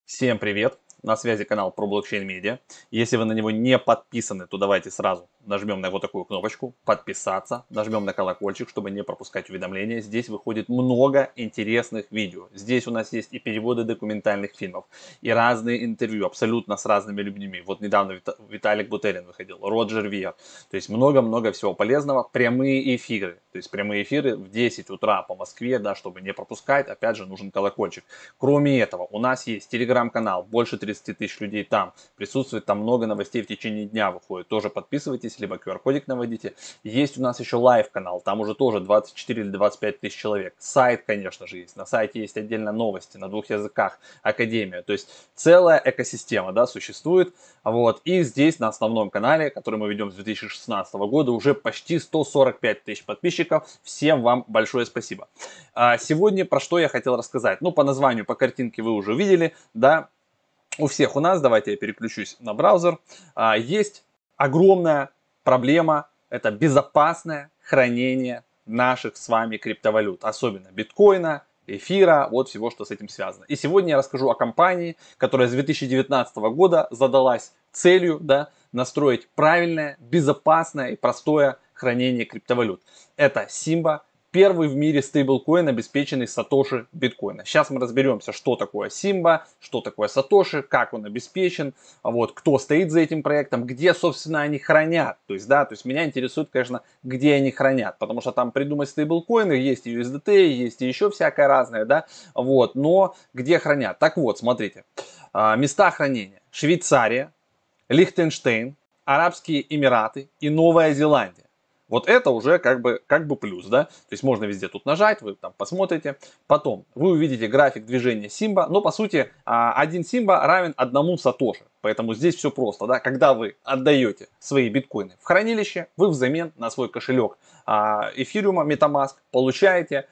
Всем привет! На связи канал про блокчейн медиа. Если вы на него не подписаны, то давайте сразу нажмем на вот такую кнопочку подписаться, нажмем на колокольчик, чтобы не пропускать уведомления. Здесь выходит много интересных видео. Здесь у нас есть и переводы документальных фильмов, и разные интервью абсолютно с разными людьми. Вот недавно Виталик Бутерин выходил, Роджер Вир. То есть много-много всего полезного. Прямые эфиры. То есть прямые эфиры в 10 утра по Москве, да, чтобы не пропускать. Опять же, нужен колокольчик. Кроме этого, у нас есть телеграм-канал, больше 30 тысяч людей там присутствует, там много новостей в течение дня выходит. Тоже подписывайтесь, либо QR-кодик наводите. Есть у нас еще лайв-канал, там уже тоже 24 или 25 тысяч человек. Сайт, конечно же, есть. На сайте есть отдельно новости на 2 языках, академия. То есть целая экосистема, да, существует. Вот. И здесь на основном канале, который мы ведем с 2016 года, уже почти 145 тысяч подписчиков. Всем вам большое спасибо. Сегодня про что я хотел рассказать. Ну, по названию, по картинке вы уже увидели, да. У всех у нас, давайте я переключусь на браузер, есть огромная проблема, это безопасное хранение наших с вами криптовалют, особенно биткоина, эфира, вот всего, что с этим связано. И сегодня я расскажу о компании, которая с 2019 года задалась целью, да, настроить правильное, безопасное и простое хранение криптовалют. Это Simba. Первый в мире стейблкоин, обеспеченный Сатоши биткоина. Сейчас мы разберемся, что такое Simba, что такое Сатоши, как он обеспечен, вот, кто стоит за этим проектом, где, собственно, они хранят. То есть, да, то есть меня интересует, конечно, где они хранят, потому что там придумать стейблкоины, есть и USDT, есть и еще всякое разное, да, вот, но где хранят? Так вот, смотрите, места хранения: Швейцария, Лихтенштейн, Арабские Эмираты и Новая Зеландия. Вот это уже как бы плюс, да? То есть можно везде тут нажать, вы там посмотрите. Потом вы увидите график движения Симба, но по сути один Симба равен одному Сатоши. Поэтому здесь все просто, да? Когда вы отдаете свои биткоины в хранилище, вы взамен на свой кошелек эфириума MetaMask получаете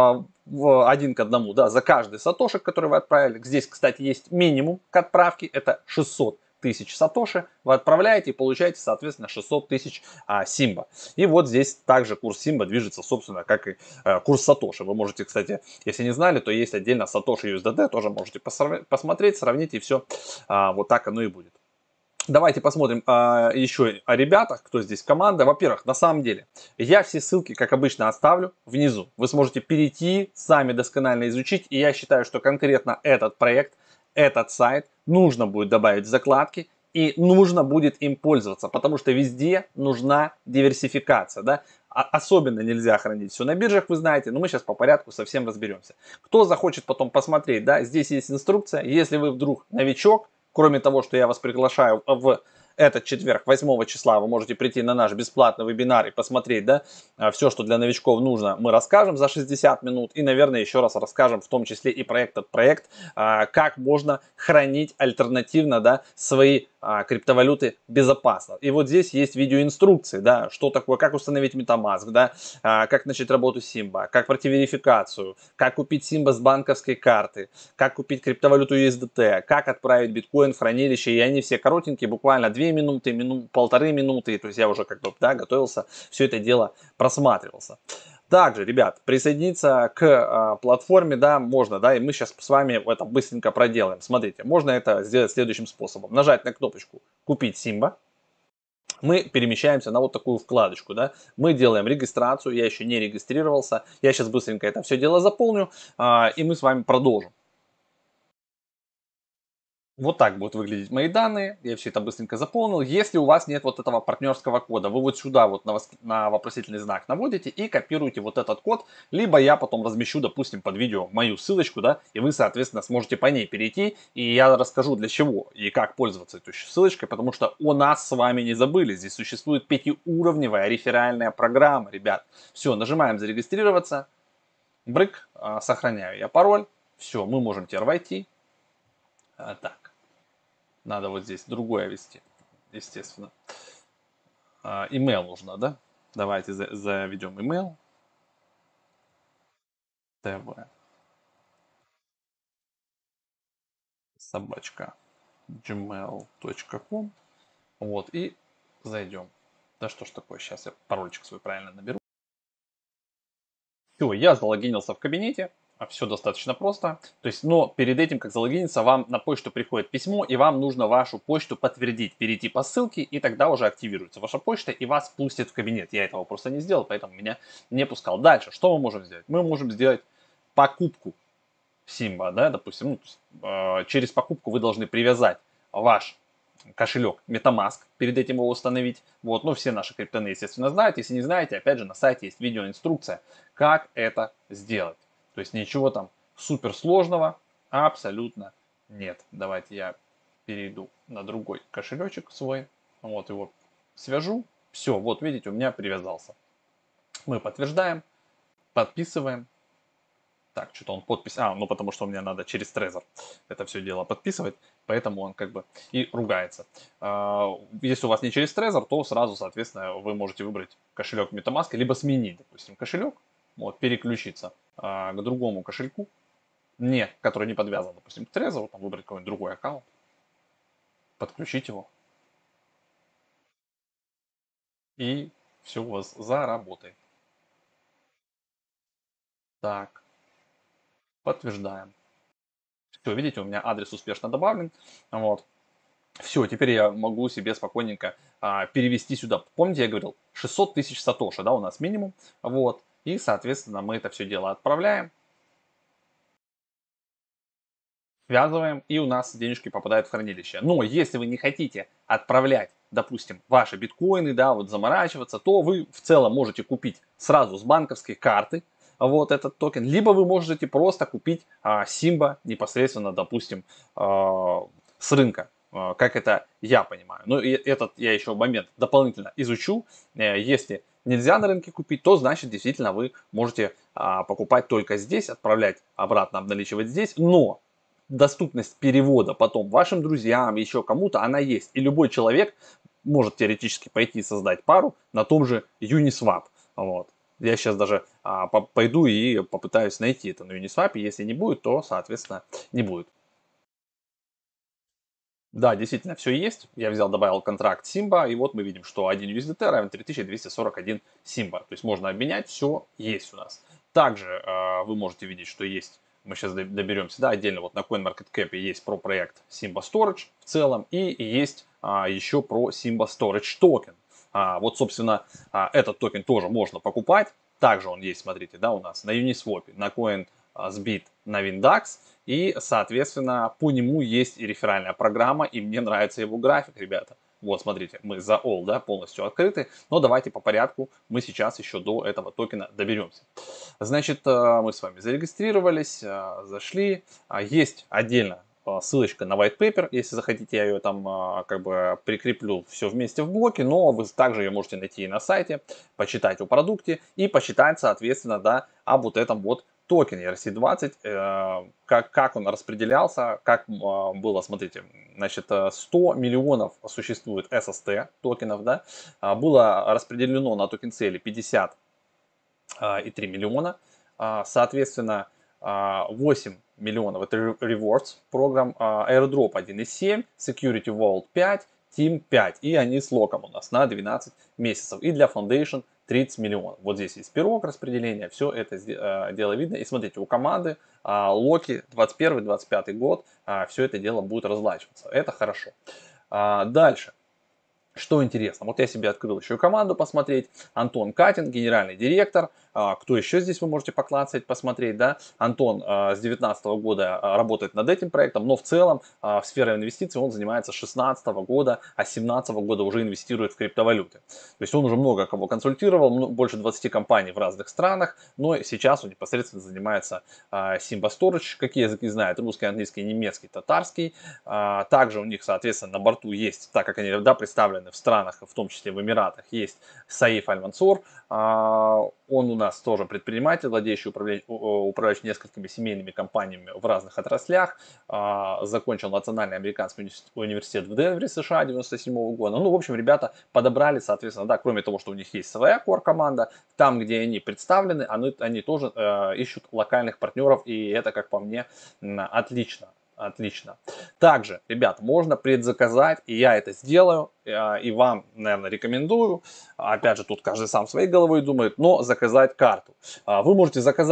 один к одному, да, за каждый сатоши, который вы отправили. Здесь, кстати, есть минимум к отправке, это 600 тысяч сатоши, вы отправляете и получаете, соответственно, 600 тысяч Симба. И вот здесь также курс Симба движется, собственно, как и курс сатоши. Вы можете, кстати, если не знали, то есть отдельно сатоши USDT, тоже можете посмотреть, сравнить, и все вот так оно и будет. Давайте посмотрим еще о ребятах, кто здесь команда. Во-первых, на самом деле, я все ссылки, как обычно, оставлю внизу. Вы сможете перейти, сами досконально изучить. И я считаю, что конкретно этот проект, этот сайт нужно будет добавить в закладки. И нужно будет им пользоваться, потому что везде нужна диверсификация. Да? Особенно нельзя хранить все на биржах, вы знаете, но мы сейчас по порядку совсем разберемся. Кто захочет потом посмотреть, да, здесь есть инструкция. Если вы вдруг новичок, кроме того, что я вас приглашаю в этот четверг, 8 числа, вы можете прийти на наш бесплатный вебинар и посмотреть, да, все, что для новичков нужно, мы расскажем за 60 минут. И, наверное, еще раз расскажем, в том числе и про этот проект, как можно хранить альтернативно, да, свои криптовалюты безопасно. И вот здесь есть видеоинструкции, да, что такое, как установить MetaMask, да, как начать работу Simba, как пройти верификацию, как купить Simba с банковской карты, как купить криптовалюту USDT, как отправить биткоин в хранилище. И они все коротенькие, буквально 2 минуты, полторы минуты. То есть я уже как бы, да, готовился, все это дело просматривался. Также, ребят, присоединиться к платформе, да, можно, да, и мы сейчас с вами это быстренько проделаем. Смотрите, можно это сделать следующим способом. Нажать на кнопочку «Купить Simba». Мы перемещаемся на вот такую вкладочку, да, мы делаем регистрацию, я еще не регистрировался, я сейчас быстренько это все дело заполню, и мы с вами продолжим. Вот так будут выглядеть мои данные. Я все это быстренько заполнил. Если у вас нет вот этого партнерского кода, вы вот сюда вот на вопросительный знак наводите и копируете вот этот код. Либо я потом размещу, допустим, под видео мою ссылочку, да, и вы, соответственно, сможете по ней перейти. И я расскажу, для чего и как пользоваться этой ссылочкой, потому что о нас с вами не забыли. Здесь существует 5-уровневая реферальная программа, ребят. Все, нажимаем зарегистрироваться. Брык, сохраняю я пароль. Все, мы можем теперь войти. Так. Надо вот здесь другое ввести, естественно. Email нужно, да? Давайте заведем email. tv собачка gmail.com. Вот, и зайдем. Да что ж такое, сейчас я парольчик свой правильно наберу. Все, я залогинился в кабинете. Все достаточно просто. То есть, но перед этим, как залогиниться, вам на почту приходит письмо, и вам нужно вашу почту подтвердить, перейти по ссылке, и тогда уже активируется ваша почта, и вас пустят в кабинет. Я этого просто не сделал, поэтому меня не пускал. Дальше, что мы можем сделать? Мы можем сделать покупку Симба, да, допустим, ну, то есть, через покупку вы должны привязать ваш кошелек MetaMask, перед этим его установить. Вот, ну, все наши криптоны, естественно, знают. Если не знаете, опять же, на сайте есть видеоинструкция, как это сделать. То есть ничего там супер сложного абсолютно нет. Давайте я перейду на другой кошелечек свой. Вот его свяжу. Все, вот видите, у меня привязался. Мы подтверждаем, подписываем. Так, что-то он подпись... ну потому что мне надо через Trezor это все дело подписывать, поэтому он как бы и ругается. Если у вас не через Trezor, то сразу, соответственно, вы можете выбрать кошелек MetaMask, либо сменить, допустим, кошелек, вот, переключиться к другому кошельку, который не подвязан, допустим, к Trezor, там выбрать какой-нибудь другой аккаунт, подключить его, и все у вас заработает. Так, подтверждаем. Все, видите, у меня адрес успешно добавлен. Вот. Все, теперь я могу себе спокойненько перевести сюда. Помните, я говорил, 600 тысяч сатоши, да, у нас минимум. Вот. И, соответственно, мы это все дело отправляем, связываем, и у нас денежки попадают в хранилище. Но если вы не хотите отправлять, допустим, ваши биткоины, да, вот заморачиваться, то вы в целом можете купить сразу с банковской карты вот этот токен, либо вы можете просто купить Симба непосредственно, допустим, с рынка, как это я понимаю. Ну, и этот я еще момент дополнительно изучу. Если нельзя на рынке купить, то значит действительно вы можете покупать только здесь, отправлять обратно, обналичивать здесь, но доступность перевода потом вашим друзьям, еще кому-то, она есть. И любой человек может теоретически пойти создать пару на том же Uniswap. Вот. Я сейчас даже пойду и попытаюсь найти это на Uniswap. Если не будет, то, соответственно, не будет. Да, действительно, все есть. Я взял, добавил контракт Симба, и вот мы видим, что 1 USDT равен 3241 Симба. То есть можно обменять, все есть у нас. Также вы можете видеть, что есть, мы сейчас доберемся, да, отдельно вот на CoinMarketCap есть про проект Simba Storage в целом, и есть еще про Simba Storage токен. Вот, собственно, этот токен тоже можно покупать. Также он есть, смотрите, да, у нас на Uniswap, на CoinSbit, на Windax. И, соответственно, по нему есть и реферальная программа, и мне нравится его график, ребята. Вот, смотрите, мы за all, да, полностью открыты, но давайте по порядку, мы сейчас еще до этого токена доберемся. Значит, мы с вами зарегистрировались, зашли, есть отдельно ссылочка на white paper, если захотите, я ее там как бы прикреплю все вместе в блоке, но вы также ее можете найти и на сайте, почитать о продукте и почитать, соответственно, да, об вот этом вот токен ERC-20, как он распределялся, как было, смотрите, значит, 100 миллионов существует SST токенов, да, было распределено на токен цели 50,3 миллиона, соответственно, 8 миллионов это rewards программ, airdrop 1,7, security vault 5, team 5, и они с локом у нас на 12 месяцев, и для foundation 30 миллионов. Вот здесь есть пирог распределения, все это дело видно. И смотрите, у команды локи 21-25 год, все это дело будет разлачиваться. Это хорошо. Дальше. Что интересно, вот я себе открыл еще команду посмотреть. Антон Катин, генеральный директор. Кто еще здесь вы можете поклацать, посмотреть, да? Антон с 2019 года работает над этим проектом, но в целом в сфере инвестиций он занимается с 2016 года, а с 2017 года уже инвестирует в криптовалюты. То есть он уже много кого консультировал, больше 20 компаний в разных странах, но сейчас он непосредственно занимается Simba Storage, какие языки знает, русский, английский, немецкий, татарский. Также у них, соответственно, на борту есть, так как они представлены в странах, в том числе в Эмиратах, есть Саиф Аль-Мансур. Он у нас тоже предприниматель, владеющий управляющий несколькими семейными компаниями в разных отраслях. Закончил Национальный американский университет в Денвере, США 1997 года. Ну, в общем, ребята подобрали, соответственно, да, кроме того, что у них есть своя core-команда, там, где они представлены, они тоже ищут локальных партнеров, и это, как по мне, отлично. Отлично. Также, ребят, можно предзаказать, и я это сделаю, и вам, наверное, рекомендую. Опять же, тут каждый сам своей головой думает, но заказать карту. Вы можете заказать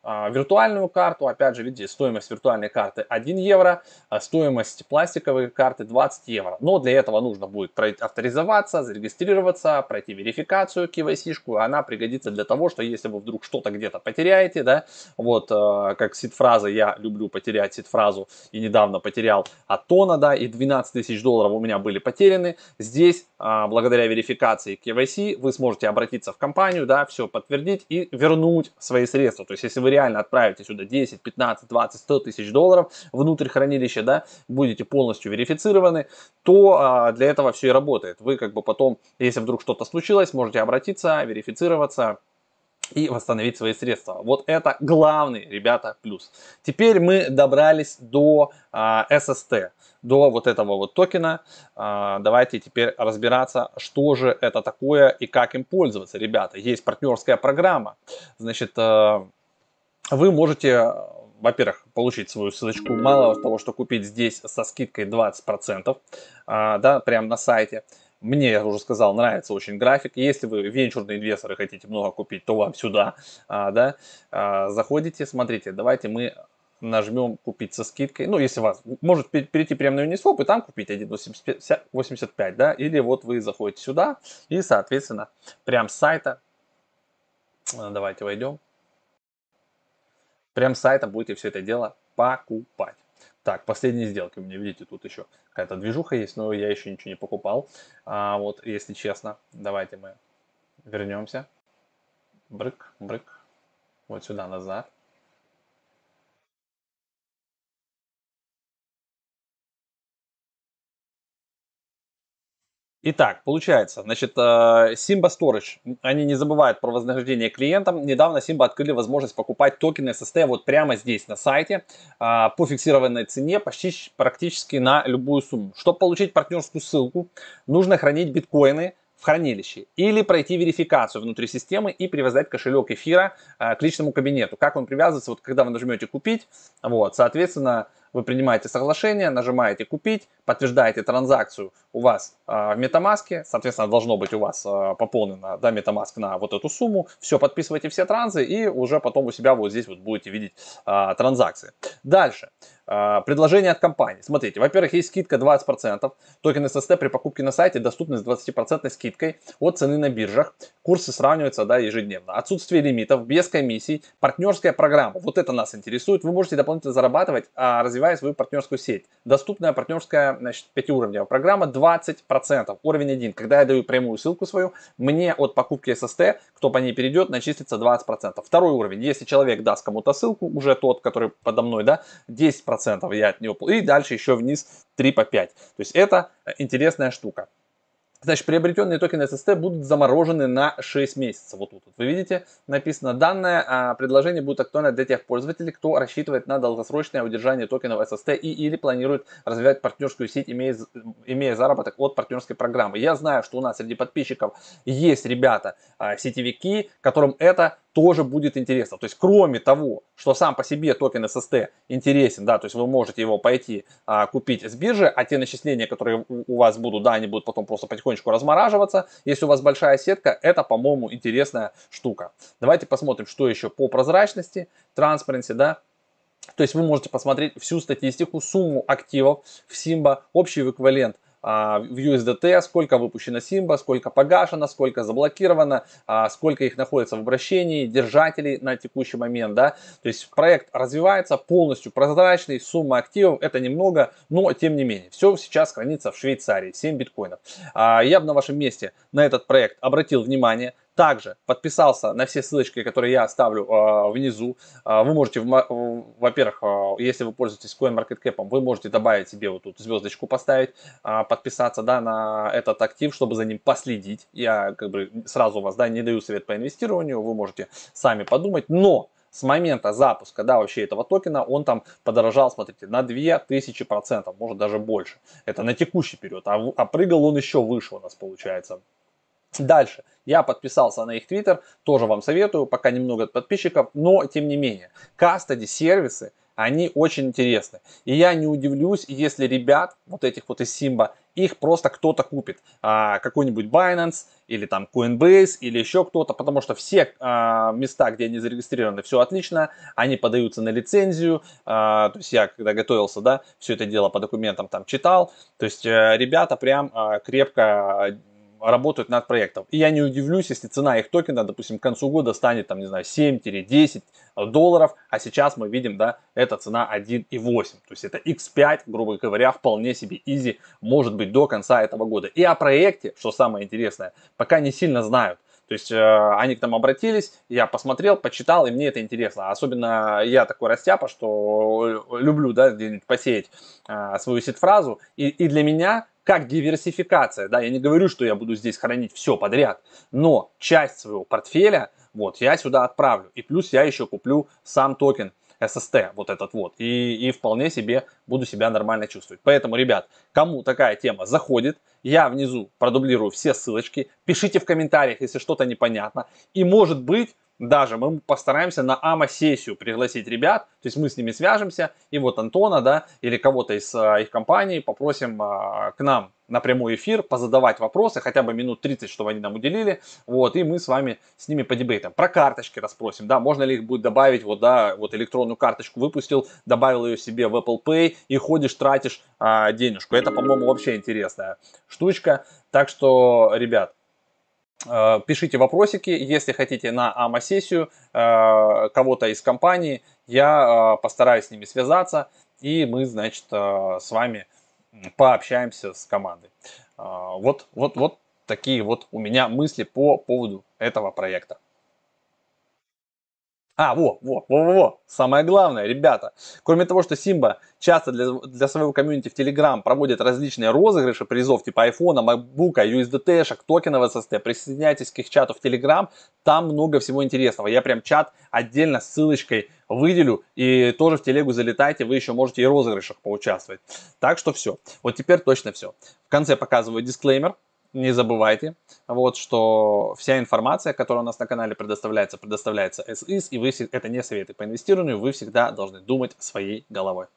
виртуальную карту. Опять же, видите, стоимость виртуальной карты 1 евро, а стоимость пластиковой карты 20 евро. Но для этого нужно будет авторизоваться, зарегистрироваться, пройти верификацию, KYC-шку. Она пригодится для того, что если вы вдруг что-то где-то потеряете, да, вот как сид-фраза, я люблю потерять сид-фразу и недавно потерял от Тона, да, и 12 тысяч долларов у меня были потеряны. Здесь, благодаря верификации KYC, вы сможете обратиться в компанию, да, все подтвердить и вернуть свои средства. То есть, если вы реально отправите сюда 10, 15, 20, 100 тысяч долларов внутрь хранилища, да, будете полностью верифицированы, то для этого все и работает. Вы как бы потом, если вдруг что-то случилось, можете обратиться, верифицироваться и восстановить свои средства. Вот это главный, ребята, плюс. Теперь мы добрались до SST, до вот этого вот токена. Давайте теперь разбираться, что же это такое и как им пользоваться, ребята. Есть партнерская программа. Значит, вы можете, во-первых, получить свою ссылочку. Мало того, что купить здесь со скидкой 20%, да, прямо на сайте. Мне, я уже сказал, нравится очень график. Если вы венчурные инвесторы, хотите много купить, то вам сюда, да, заходите, смотрите, давайте мы нажмем купить со скидкой. Ну, если вас, может перейти прямо на Uniswap и там купить 1.85, да, или вот вы заходите сюда и, соответственно, прям с сайта, давайте войдем, прям с сайта будете все это дело покупать. Так, последние сделки у меня, видите, тут еще какая-то движуха есть, но я еще ничего не покупал. Вот, если честно, давайте мы вернемся. Брык, брык. Вот сюда назад. Итак, получается, значит, Simba Storage, они не забывают про вознаграждение клиентам. Недавно Simba открыли возможность покупать токены SST вот прямо здесь на сайте по фиксированной цене почти практически на любую сумму. Чтобы получить партнерскую ссылку, нужно хранить биткоины в хранилище или пройти верификацию внутри системы и привязать кошелек эфира к личному кабинету. Как он привязывается? Вот когда вы нажмете купить, вот, соответственно, вы принимаете соглашение, нажимаете купить, подтверждаете транзакцию у вас в MetaMask, соответственно, должно быть у вас пополнено, да, MetaMask на вот эту сумму, все, подписываете все транзы и уже потом у себя вот здесь вот будете видеть транзакции. Дальше. Предложение от компании. Смотрите, во-первых, есть скидка 20%. Токен SST при покупке на сайте доступны с 20% скидкой от цены на биржах. Курсы сравниваются, да, ежедневно. Отсутствие лимитов, без комиссий, партнерская программа. Вот это нас интересует. Вы можете дополнительно зарабатывать, развивая свою партнерскую сеть. Доступная партнерская, значит, 5-уровневая программа 20%. Уровень 1. Когда я даю прямую ссылку свою, мне от покупки SST, кто по ней перейдет, начислится 20%. Второй уровень. Если человек даст кому-то ссылку, уже тот, который подо мной, да, 10% я от него. И дальше еще вниз 3 по 5. То есть это интересная штука. Значит, приобретенные токены SST будут заморожены на 6 месяцев. Вот тут вы видите, написано, данное предложение будет актуально для тех пользователей, кто рассчитывает на долгосрочное удержание токенов SST и или планирует развивать партнерскую сеть, имея заработок от партнерской программы. Я знаю, что у нас среди подписчиков есть ребята, сетевики, которым это тоже будет интересно. То есть, кроме того, что сам по себе токен SST интересен, да, то есть вы можете его пойти купить с биржи, а те начисления, которые у вас будут, да, они будут потом просто потихонечку размораживаться. Если у вас большая сетка, это, по-моему, интересная штука. Давайте посмотрим, что еще по прозрачности, транспаренции, да. То есть вы можете посмотреть всю статистику, сумму активов в Simba, общий эквивалент в USDT, сколько выпущено Simba, сколько погашено, сколько заблокировано, сколько их находится в обращении, держателей на текущий момент, да. То есть проект развивается полностью прозрачный, сумма активов это немного, но тем не менее. Все сейчас хранится в Швейцарии, 7 биткоинов. Я бы на вашем месте на этот проект обратил внимание. Также подписался на все ссылочки, которые я оставлю внизу. Вы можете, во-первых, если вы пользуетесь CoinMarketCap, вы можете добавить себе вот тут звездочку поставить, подписаться, да, на этот актив, чтобы за ним последить. Я как бы сразу вас, да, не даю совет по инвестированию, вы можете сами подумать, но с момента запуска, да, вообще этого токена, он там подорожал, смотрите, на 2000%, может даже больше. Это на текущий период, а прыгал он еще выше у нас получается. Дальше. Я подписался на их твиттер, тоже вам советую, пока немного подписчиков, но тем не менее. Кастади сервисы, они очень интересны. И я не удивлюсь, если ребят, вот этих вот из Simba, их просто кто-то купит. Какой-нибудь Binance или там Coinbase или еще кто-то, потому что все места, где они зарегистрированы, все отлично, они подаются на лицензию. То есть я, когда готовился, да, все это дело по документам там читал. То есть ребята прям крепко работают над проектом. И я не удивлюсь, если цена их токена, допустим, к концу года станет, там, не знаю, 7-10 долларов, а сейчас мы видим, да, эта цена 1,8. То есть это x5, грубо говоря, вполне себе изи может быть до конца этого года. И о проекте, что самое интересное, пока не сильно знают. То есть они к нам обратились, я посмотрел, почитал, и мне это интересно. Особенно я такой растяпа, что люблю, да, где-нибудь посеять свою сид-фразу. И для меня как диверсификация, да, я не говорю, что я буду здесь хранить все подряд, но часть своего портфеля, вот, я сюда отправлю. И плюс я еще куплю сам токен SST, вот этот вот, и вполне себе буду себя нормально чувствовать. Поэтому, ребят, кому такая тема заходит, я внизу продублирую все ссылочки, пишите в комментариях, если что-то непонятно, и может быть, даже мы постараемся на АМА-сессию пригласить ребят, то есть мы с ними свяжемся, и вот Антона, да, или кого-то из их компании попросим к нам на прямой эфир, позадавать вопросы, хотя бы минут 30, чтобы они нам уделили, вот, и мы с вами с ними подебейтим. Про карточки расспросим, да, можно ли их будет добавить, вот, да, вот электронную карточку выпустил, добавил ее себе в Apple Pay и ходишь, тратишь денежку. Это, по-моему, вообще интересная штучка. Так что, ребят, пишите вопросики, если хотите на АМА-сессию кого-то из компании, я постараюсь с ними связаться, и мы, значит, с вами пообщаемся с командой. Вот такие вот у меня мысли по поводу этого проекта. Самое главное, ребята. Кроме того, что Симба часто для своего комьюнити в Telegram проводит различные розыгрыши призов типа айфона, макбука, USDT-шек, токенов SST, присоединяйтесь к их чату в Telegram, там много всего интересного. Я прям чат отдельно с ссылочкой выделю, и тоже в телегу залетайте, вы еще можете и в розыгрышах поучаствовать. Так что все. Вот теперь точно все. В конце показываю дисклеймер. Не забывайте, вот, что вся информация, которая у нас на канале предоставляется as is, и вы, это не советы по инвестированию, вы всегда должны думать своей головой.